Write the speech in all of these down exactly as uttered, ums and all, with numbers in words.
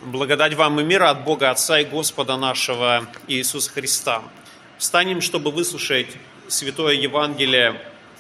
Благодать вам и мир от Бога Отца и Господа нашего Иисуса Христа. Встанем, чтобы выслушать Святое Евангелие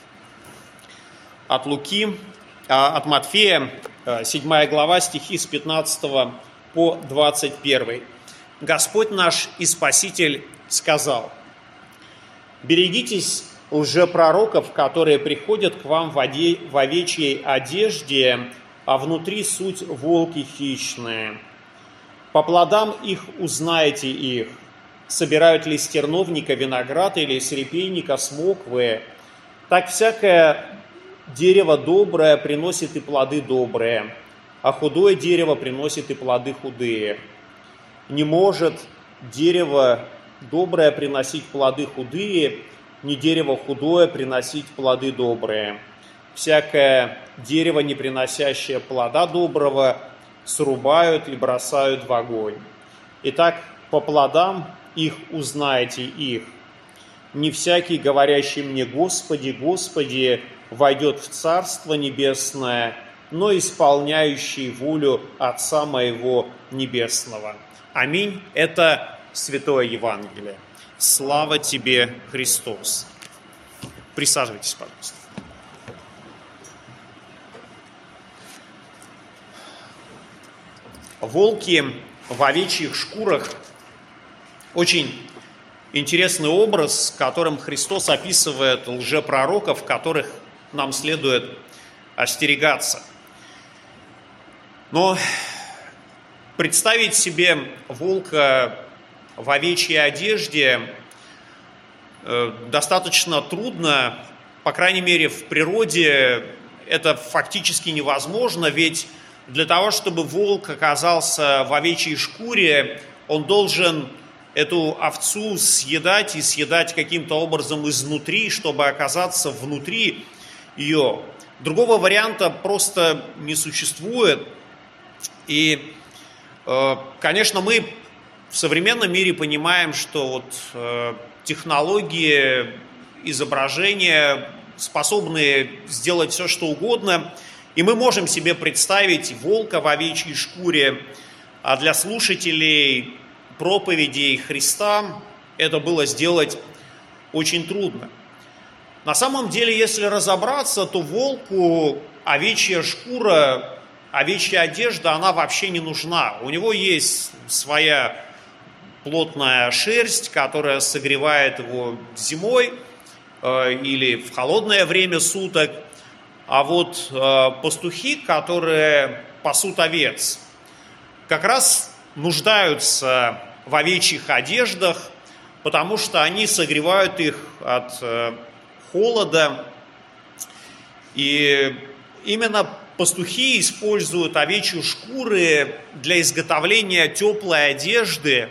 от Луки, от Матфея, седьмая глава, стихи с пятнадцатого по двадцать первый. Господь наш и Спаситель сказал: «Берегитесь лжепророков, которые приходят к вам в овечьей одежде, а внутри суть волки хищные. По плодам их узнаете их. Собирают ли с терновника виноград или с репейника смоквы? Так всякое дерево доброе приносит и плоды добрые, а худое дерево приносит и плоды худые. Не может дерево доброе приносить плоды худые, ни дерево худое приносить плоды добрые. Всякое дерево, не приносящее плода доброго, срубают и бросают в огонь. Итак, по плодам их узнаете их. Не всякий, говорящий мне: Господи, Господи, войдет в Царство Небесное, но исполняющий волю Отца моего Небесного». Аминь. Это Святое Евангелие. Слава тебе, Христос. Присаживайтесь, пожалуйста. Волки в овечьих шкурах – очень интересный образ, которым Христос описывает лжепророков, которых нам следует остерегаться. Но представить себе волка в овечьей одежде достаточно трудно, по крайней мере, в природе это фактически невозможно, ведь для того, чтобы волк оказался в овечьей шкуре, он должен эту овцу съедать и съедать каким-то образом изнутри, чтобы оказаться внутри ее. Другого варианта просто не существует. И, конечно, мы в современном мире понимаем, что вот технологии изображения способны сделать все, что угодно, и мы можем себе представить волка в овечьей шкуре, а для слушателей проповедей Христа это было сделать очень трудно. На самом деле, если разобраться, то волку овечья шкура, овечья одежда, она вообще не нужна. У него есть своя плотная шерсть, которая согревает его зимой э, или в холодное время суток. А вот э, пастухи, которые пасут овец, как раз нуждаются в овечьих одеждах, потому что они согревают их от э, холода. И именно пастухи используют овечьи шкуры для изготовления теплой одежды.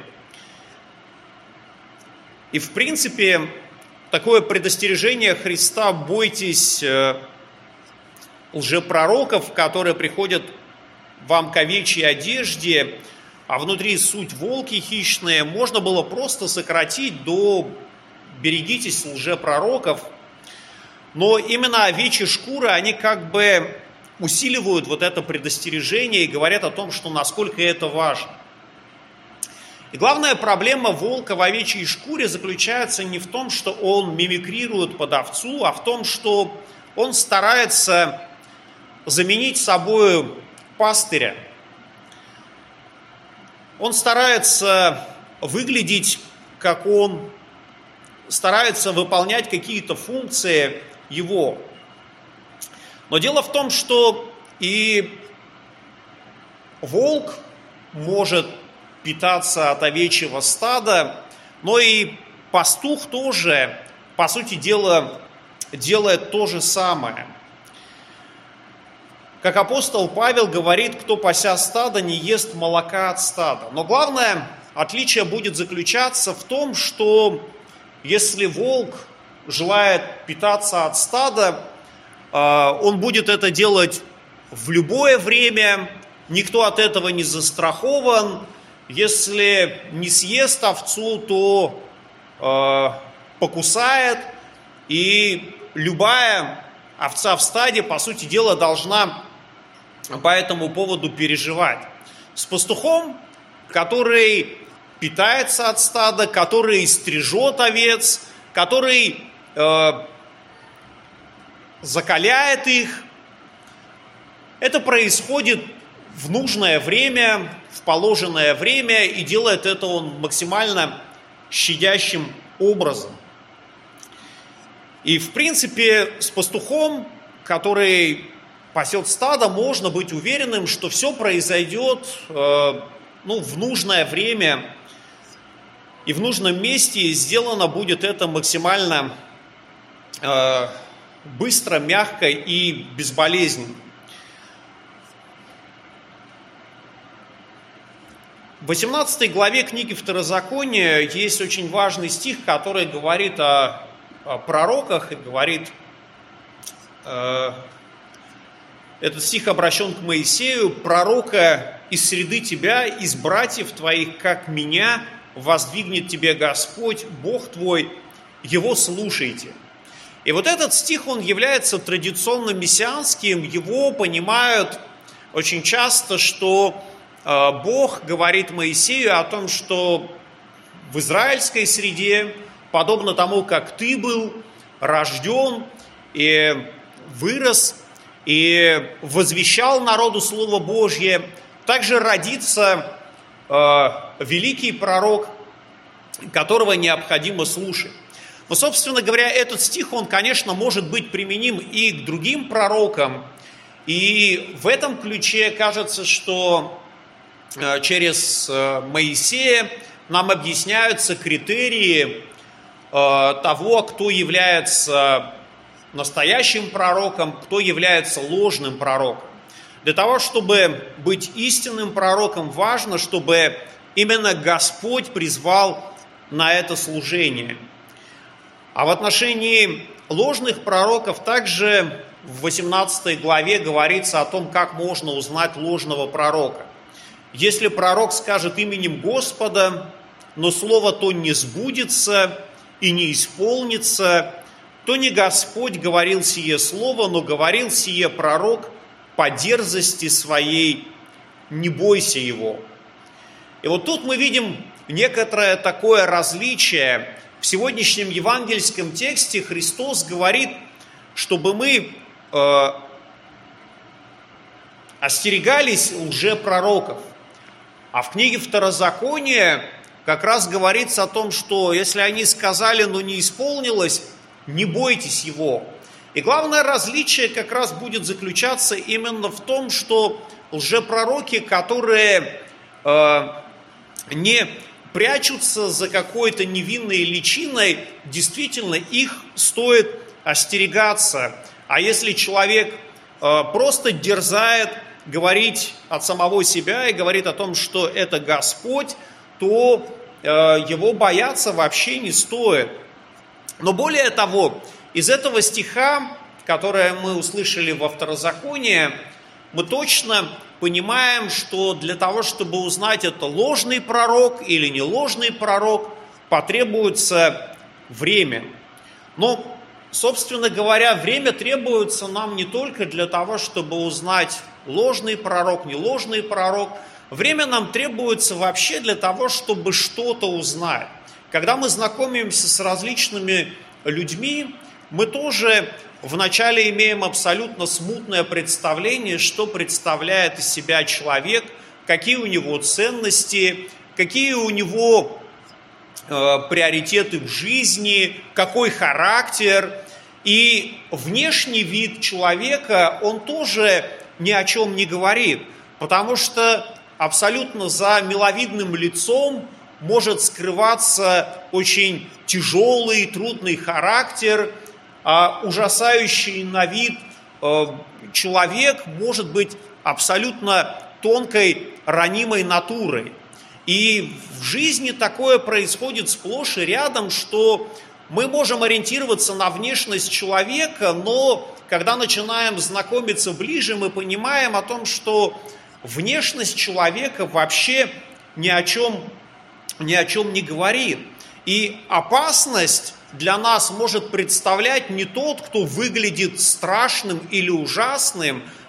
И в принципе такое предостережение Христа: бойтесь э, лжепророков, которые приходят вам к овечьей одежде, а внутри суть волки хищные, можно было просто сократить до «берегитесь лжепророков». Но именно овечьи шкуры, они как бы усиливают вот это предостережение и говорят о том, что насколько это важно. И главная проблема волка в овечьей шкуре заключается не в том, что он мимикрирует под овцу, а в том, что он старается заменить собой пастыря. Он старается выглядеть как он, старается выполнять какие-то функции его. Но дело в том, что и волк может питаться от овечьего стада, но и пастух тоже, по сути дела, делает то же самое. Как апостол Павел говорит: кто, пася стадо, не ест молока от стада. Но главное отличие будет заключаться в том, что если волк желает питаться от стада, он будет это делать в любое время, никто от этого не застрахован. Если не съест овцу, то покусает, и любая овца в стаде, по сути дела, должна по этому поводу переживать. с пастухом, который питается от стада, который стрижет овец, который э, закаляет их. Это происходит в нужное время, в положенное время, и делает это он максимально щадящим образом. И, в принципе, с пастухом, который пасет стадо, можно быть уверенным, что все произойдет э, ну, в нужное время и в нужном месте, и сделано будет это максимально э, быстро, мягко и безболезненно. В восемнадцатой главе книги Второзакония есть очень важный стих, который говорит о, о пророках и говорит, э, этот стих обращен к Моисею: «Пророка из среды тебя, из братьев твоих, как меня, воздвигнет тебе Господь, Бог твой, его слушайте». И вот этот стих, он является традиционно мессианским, его понимают очень часто, что Бог говорит Моисею о том, что в израильской среде, подобно тому, как ты был рожден и вырос, и возвещал народу Слово Божье, также родится э, великий пророк, которого необходимо слушать. Но, собственно говоря, этот стих, он, конечно, может быть применим и к другим пророкам, и в этом ключе кажется, что через Моисея нам объясняются критерии того, кто является настоящим пророком, кто является ложным пророком. Для того, чтобы быть истинным пророком, важно, чтобы именно Господь призвал на это служение. А в отношении ложных пророков также в восемнадцатой главе говорится о том, как можно узнать ложного пророка. Если пророк скажет именем Господа, но слово то не сбудется и не исполнится, то не Господь говорил сие слово, но говорил сие пророк по дерзости своей, не бойся его. И вот тут мы видим некоторое такое различие. В сегодняшнем евангельском тексте Христос говорит, чтобы мы э, остерегались лжепророков. А в книге Второзакония как раз говорится о том, что если они сказали, но не исполнилось, не бойтесь его. И главное различие как раз будет заключаться именно в том, что лжепророки, которые э, не прячутся за какой-то невинной личиной, действительно их стоит остерегаться. А если человек э, просто дерзает говорить от самого себя и говорит о том, что это Господь, то э, его бояться вообще не стоит. Но более того, из этого стиха, который мы услышали во Второзаконии, мы точно понимаем, что для того, чтобы узнать, это ложный пророк или не ложный пророк, потребуется время. Но, собственно говоря, время требуется нам не только для того, чтобы узнать, ложный пророк, не ложный пророк. Время нам требуется вообще для того, чтобы что-то узнать. Когда мы знакомимся с различными людьми, мы тоже вначале имеем абсолютно смутное представление, что представляет из себя человек, какие у него ценности, какие у него э, приоритеты в жизни, какой характер. И внешний вид человека, он тоже ни о чем не говорит, потому что абсолютно за миловидным лицом может скрываться очень тяжелый, трудный характер, а ужасающий на вид э, человек может быть абсолютно тонкой, ранимой натурой. И в жизни такое происходит сплошь и рядом, что мы можем ориентироваться на внешность человека, но когда начинаем знакомиться ближе, мы понимаем о том, что внешность человека вообще ни о чем, ни о чем не говорит. И опасность для нас может представлять не тот, кто выглядит страшным или ужасным,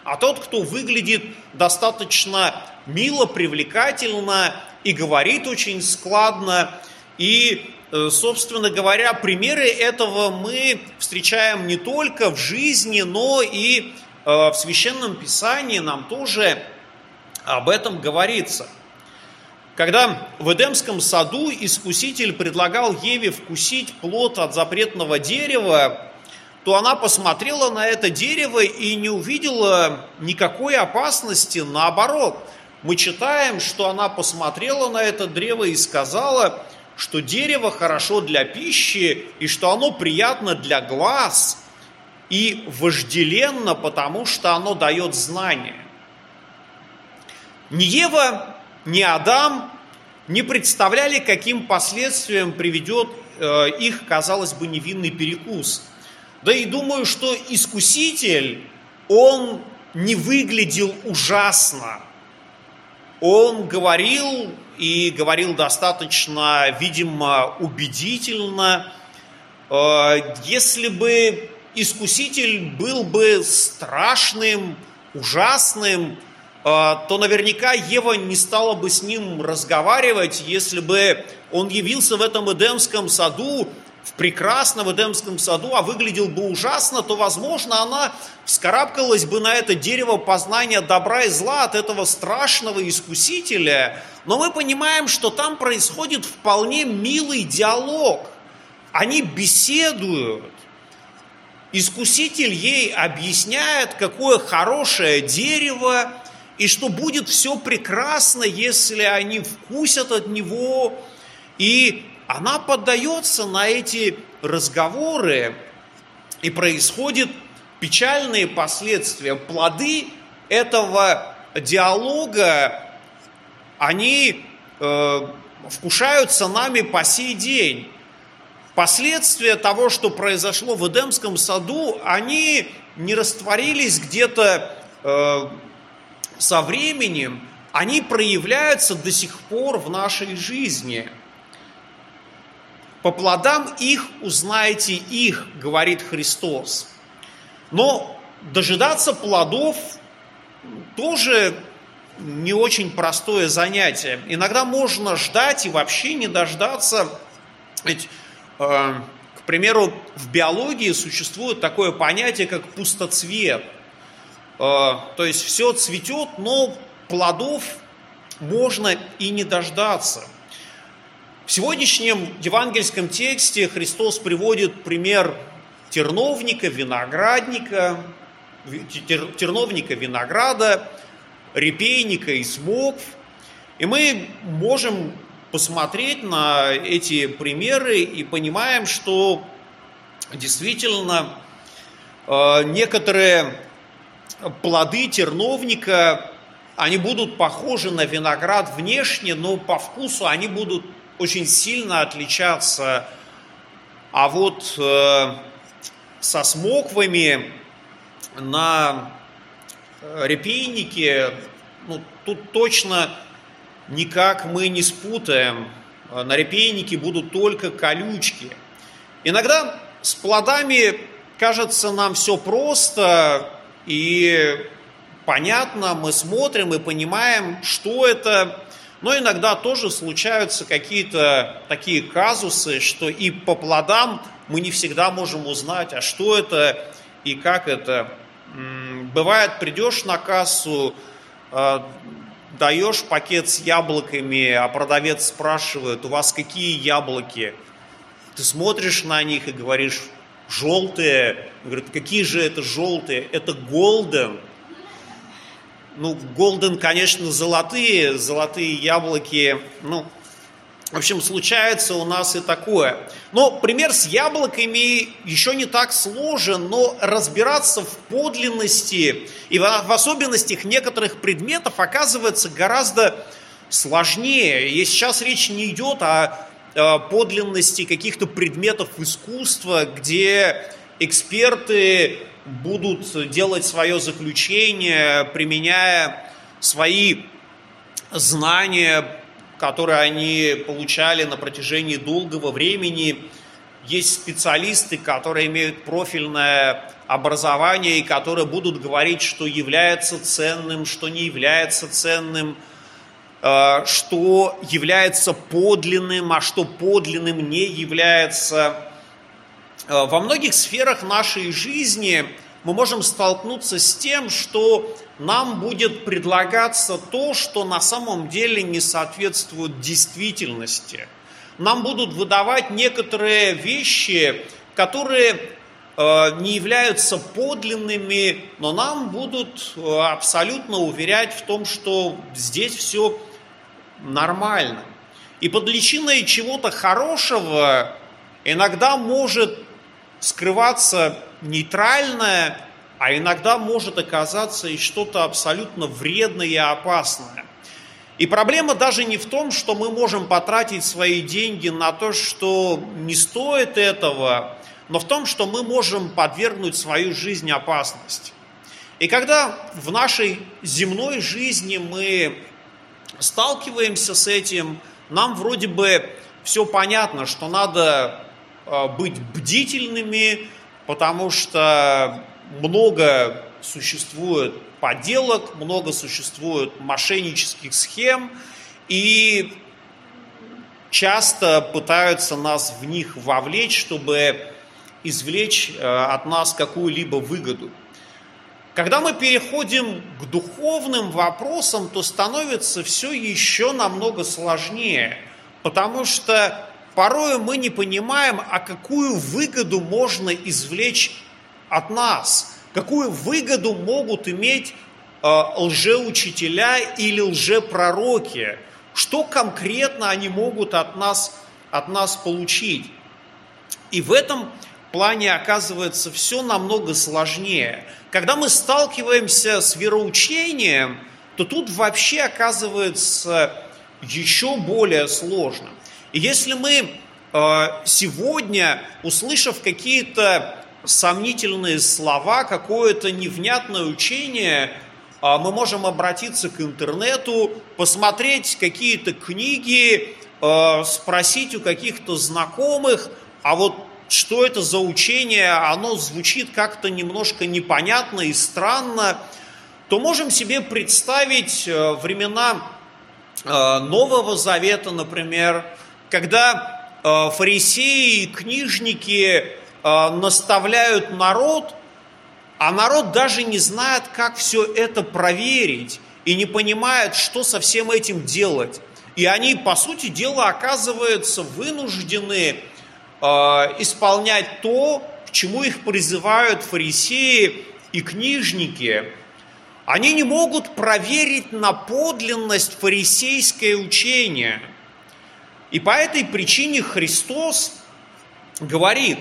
а тот, кто выглядит достаточно мило, привлекательно и говорит очень складно. И, собственно говоря, примеры этого мы встречаем не только в жизни, но и в Священном Писании нам тоже об этом говорится. Когда в Эдемском саду искуситель предлагал Еве вкусить плод от запретного дерева, то она посмотрела на это дерево и не увидела никакой опасности. Наоборот, мы читаем, что она посмотрела на это древо и сказала, что дерево хорошо для пищи и что оно приятно для глаз и вожделенно, потому что оно дает знания. Ни Ева, ни Адам не представляли, каким последствиям приведет э, их, казалось бы, невинный перекус. Да и думаю, что искуситель, он не выглядел ужасно. Он говорил, и говорил достаточно, видимо, убедительно. Э, если бы искуситель был бы страшным, ужасным, то наверняка Ева не стала бы с ним разговаривать, если бы он явился в этом Эдемском саду, в прекрасном Эдемском саду, а выглядел бы ужасно, то, возможно, она вскарабкалась бы на это дерево познания добра и зла от этого страшного искусителя. Но мы понимаем, что там происходит вполне милый диалог. Они беседуют. Искуситель ей объясняет, какое хорошее дерево, и что будет все прекрасно, если они вкусят от него. И она поддается на эти разговоры, и происходят печальные последствия. Плоды этого диалога, они э, вкушаются нами по сей день. Последствия того, что произошло в Эдемском саду, они не растворились где-то э, со временем, они проявляются до сих пор в нашей жизни. По плодам их узнаете их, говорит Христос. Но дожидаться плодов тоже не очень простое занятие. Иногда можно ждать и вообще не дождаться. Ведь, э, к примеру, в биологии существует такое понятие, как пустоцвет. То есть все цветет, но плодов можно и не дождаться. В сегодняшнем евангельском тексте Христос приводит пример терновника, виноградника, терновника, винограда, репейника и смокв. И мы можем посмотреть на эти примеры и понимаем, что действительно некоторые плоды терновника, они будут похожи на виноград внешне, но по вкусу они будут очень сильно отличаться. А вот э, со смоквами на репейнике, ну, тут точно никак мы не спутаем. На репейнике будут только колючки. Иногда с плодами кажется нам все просто и понятно, мы смотрим и понимаем, что это, но иногда тоже случаются какие-то такие казусы, что и по плодам мы не всегда можем узнать, а что это и как это. Бывает, придешь на кассу, даешь пакет с яблоками, а продавец спрашивает, у вас какие яблоки? Ты смотришь на них и говоришь, желтые. Говорит, какие же это желтые? Это голден. Ну, голден, конечно, золотые, золотые яблоки. Ну, в общем, случается у нас и такое. Но пример с яблоками еще не так сложен, но разбираться в подлинности и в особенностях некоторых предметов оказывается гораздо сложнее. И сейчас речь не идет о подлинности каких-то предметов искусства, где эксперты будут делать свое заключение, применяя свои знания, которые они получали на протяжении долгого времени. Есть специалисты, которые имеют профильное образования, и которые будут говорить, что является ценным, что не является ценным, что является подлинным, а что подлинным не является. Во многих сферах нашей жизни мы можем столкнуться с тем, что нам будет предлагаться то, что на самом деле не соответствует действительности. Нам будут выдавать некоторые вещи, которые не являются подлинными, но нам будут абсолютно уверять в том, что здесь все нормально. И под личиной чего-то хорошего иногда может скрываться нейтральное, а иногда может оказаться и что-то абсолютно вредное и опасное. И проблема даже не в том, что мы можем потратить свои деньги на то, что не стоит этого, но в том, что мы можем подвергнуть свою жизнь опасности. И когда в нашей земной жизни мы сталкиваемся с этим, нам вроде бы все понятно, что надо быть бдительными, потому что много существует подделок, много существует мошеннических схем, и часто пытаются нас в них вовлечь, чтобы извлечь от нас какую-либо выгоду. Когда мы переходим к духовным вопросам, то становится все еще намного сложнее, потому что порой мы не понимаем, а какую выгоду можно извлечь от нас, какую выгоду могут иметь э, лжеучителя или лжепророки, что конкретно они могут от нас, от нас получить. И в этом плане оказывается все намного сложнее. Когда мы сталкиваемся с вероучением, то тут вообще оказывается еще более сложно. И если мы э, сегодня, услышав какие-то сомнительные слова, какое-то невнятное учение, э, мы можем обратиться к интернету, посмотреть какие-то книги, э, спросить у каких-то знакомых, а вот что это за учение, оно звучит как-то немножко непонятно и странно, то можем себе представить э, времена э, Нового Завета, например, когда э, фарисеи и книжники э, наставляют народ, а народ даже не знает, как все это проверить, и не понимает, что со всем этим делать. И они, по сути дела, оказываются вынуждены э, исполнять то, к чему их призывают фарисеи и книжники. Они не могут проверить на подлинность фарисейское учение. И по этой причине Христос говорит: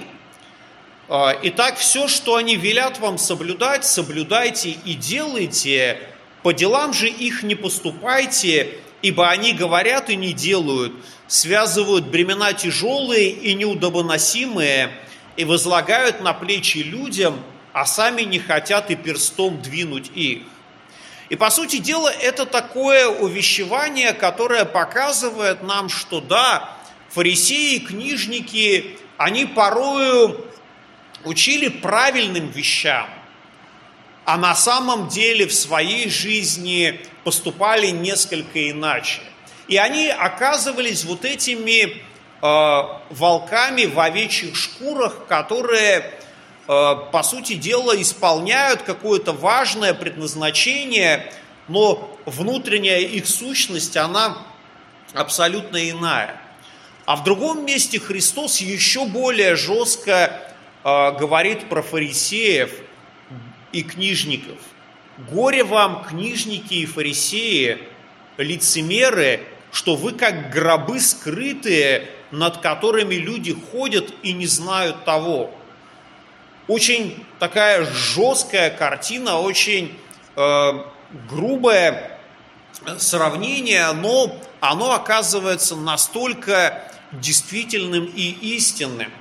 «Итак, все, что они велят вам соблюдать, соблюдайте и делайте, по делам же их не поступайте, ибо они говорят и не делают, связывают бремена тяжелые и неудобоносимые, и возлагают на плечи людям, а сами не хотят и перстом двинуть их». И, по сути дела, это такое увещевание, которое показывает нам, что да, фарисеи, книжники, они порою учили правильным вещам, а на самом деле в своей жизни поступали несколько иначе. И они оказывались вот этими э, волками в овечьих шкурах, которые по сути дела, исполняют какое-то важное предназначение, но внутренняя их сущность, она абсолютно иная. А в другом месте Христос еще более жестко э, говорит про фарисеев и книжников. «Горе вам, книжники и фарисеи, лицемеры, что вы как гробы скрытые, над которыми люди ходят и не знают того». Очень такая жесткая картина, очень э, грубое сравнение, но оно оказывается настолько действительным и истинным.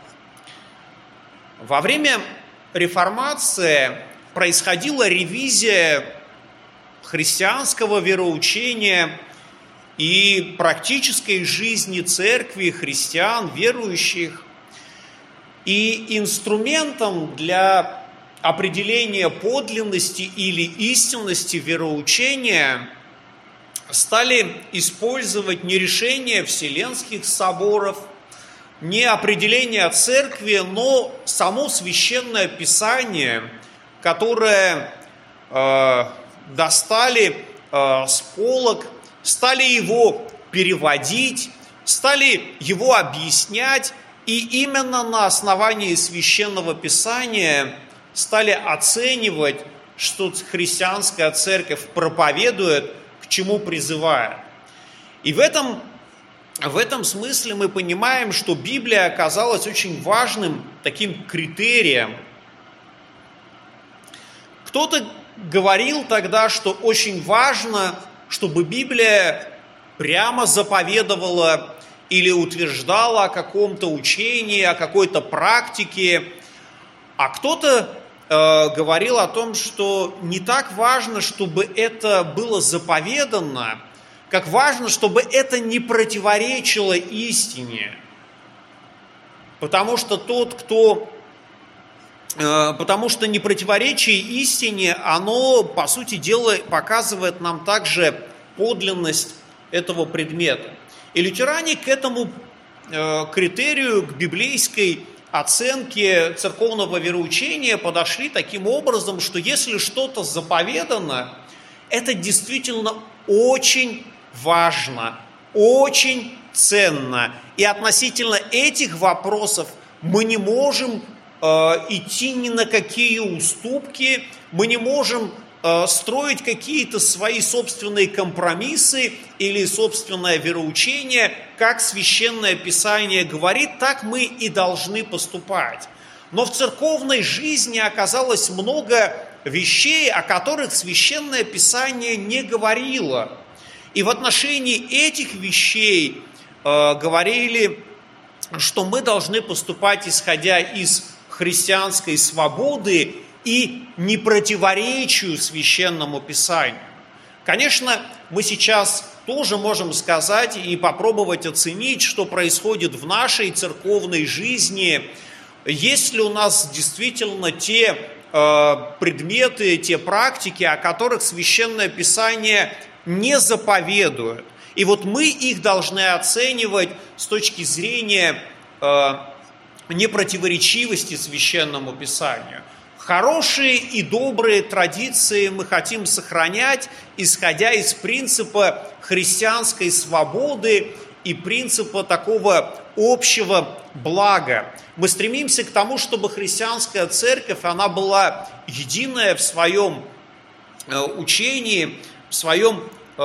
Во время реформации происходила ревизия христианского вероучения и практической жизни церкви, христиан, верующих. И инструментом для определения подлинности или истинности вероучения стали использовать не решения вселенских соборов, не определение церкви, но само священное писание, которое э, достали э, с полок, стали его переводить, стали его объяснять, и именно на основании священного писания стали оценивать, что христианская церковь проповедует, к чему призывает. И в этом, в этом смысле мы понимаем, что Библия оказалась очень важным таким критерием. Кто-то говорил тогда, что очень важно, чтобы Библия прямо заповедовала или утверждала о каком-то учении, о какой-то практике, а кто-то э, говорил о том, что не так важно, чтобы это было заповедано, как важно, чтобы это не противоречило истине. Потому что тот, кто... Э, потому что непротиворечие истине, оно, по сути дела, показывает нам также подлинность этого предмета. И лютеране к этому э, критерию, к библейской оценке церковного вероучения подошли таким образом, что если что-то заповедано, это действительно очень важно, очень ценно. И относительно этих вопросов мы не можем э, идти ни на какие уступки, мы не можем э, строить какие-то свои собственные компромиссы или собственное вероучение. Как Священное Писание говорит, так мы и должны поступать. Но в церковной жизни оказалось много вещей, о которых Священное Писание не говорило. И в отношении этих вещей э, говорили, что мы должны поступать, исходя из христианской свободы и не противоречию Священному Писанию. Конечно, мы сейчас тоже можем сказать и попробовать оценить, что происходит в нашей церковной жизни. Есть ли у нас действительно те э, предметы, те практики, о которых Священное Писание не заповедует. И вот мы их должны оценивать с точки зрения э, непротиворечивости Священному Писанию. Хорошие и добрые традиции мы хотим сохранять, исходя из принципа христианской свободы и принципа такого общего блага. Мы стремимся к тому, чтобы христианская церковь, она была единая в своем э, учении, в, своем, э,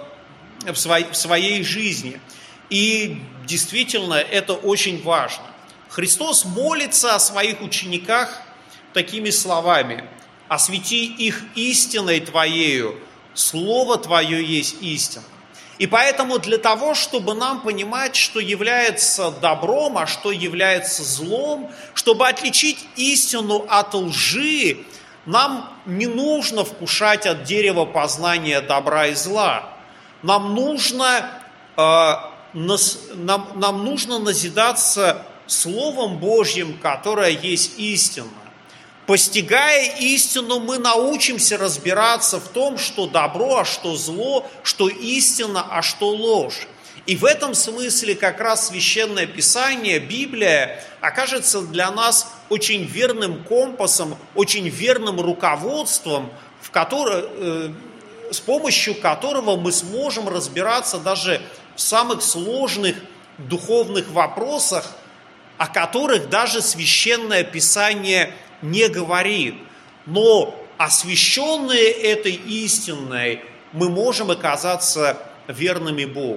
в, своей, в своей жизни. И действительно это очень важно. Христос молится о своих учениках такими словами: «Освети их истиной Твоею, Слово Твое есть истина». И поэтому для того, чтобы нам понимать, что является добром, а что является злом, чтобы отличить истину от лжи, нам не нужно вкушать от дерева познания добра и зла. Нам нужно, э, нас, нам, нам нужно назидаться Словом Божьим, которое есть истина. Постигая истину, мы научимся разбираться в том, что добро, а что зло, что истина, а что ложь. И в этом смысле как раз Священное Писание, Библия, окажется для нас очень верным компасом, очень верным руководством, в которое, э, с помощью которого мы сможем разбираться даже в самых сложных духовных вопросах, о которых даже Священное Писание не говорит. Но освященные этой истиной мы можем оказаться верными Богу.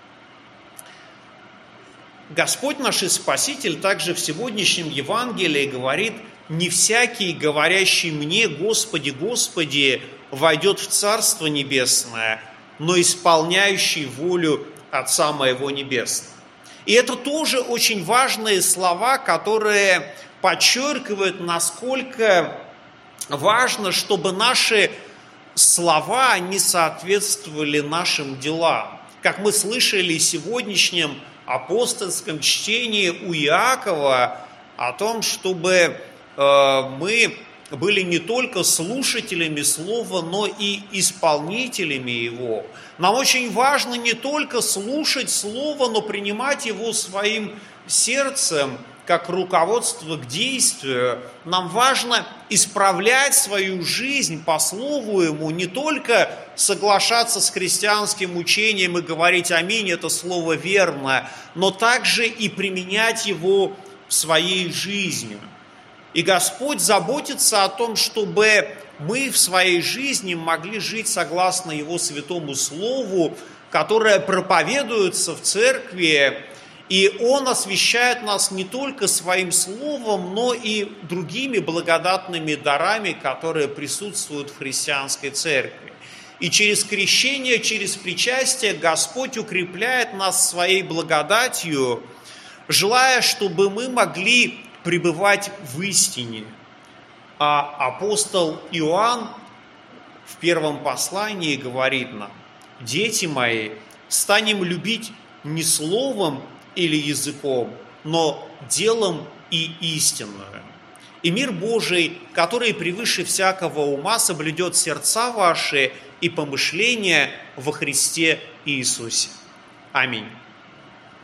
Господь наш и Спаситель также в сегодняшнем Евангелии говорит: «Не всякий, говорящий мне, Господи, Господи, войдет в Царство Небесное, но исполняющий волю Отца Моего Небесного». И это тоже очень важные слова, которые подчеркивают, насколько важно, чтобы наши слова не соответствовали нашим делам. Как мы слышали в сегодняшнем апостольском чтении у Иакова о том, чтобы э, мы были не только слушателями Слова, но и исполнителями его. Нам очень важно не только слушать Слово, но принимать его своим сердцем, как руководство к действию. Нам важно исправлять свою жизнь по Слову Ему, не только соглашаться с христианским учением и говорить «Аминь, это Слово верно», но также и применять его в своей жизни. И Господь заботится о том, чтобы мы в своей жизни могли жить согласно Его святому Слову, которое проповедуется в церкви, и Он освящает нас не только Своим Словом, но и другими благодатными дарами, которые присутствуют в христианской церкви. И через крещение, через причастие Господь укрепляет нас Своей благодатью, желая, чтобы мы могли пребывать в истине. А апостол Иоанн в первом послании говорит нам: «Дети мои, станем любить не словом или языком, но делом и истинную. И мир Божий, который превыше всякого ума, соблюдет сердца ваши и помышления во Христе Иисусе». Аминь.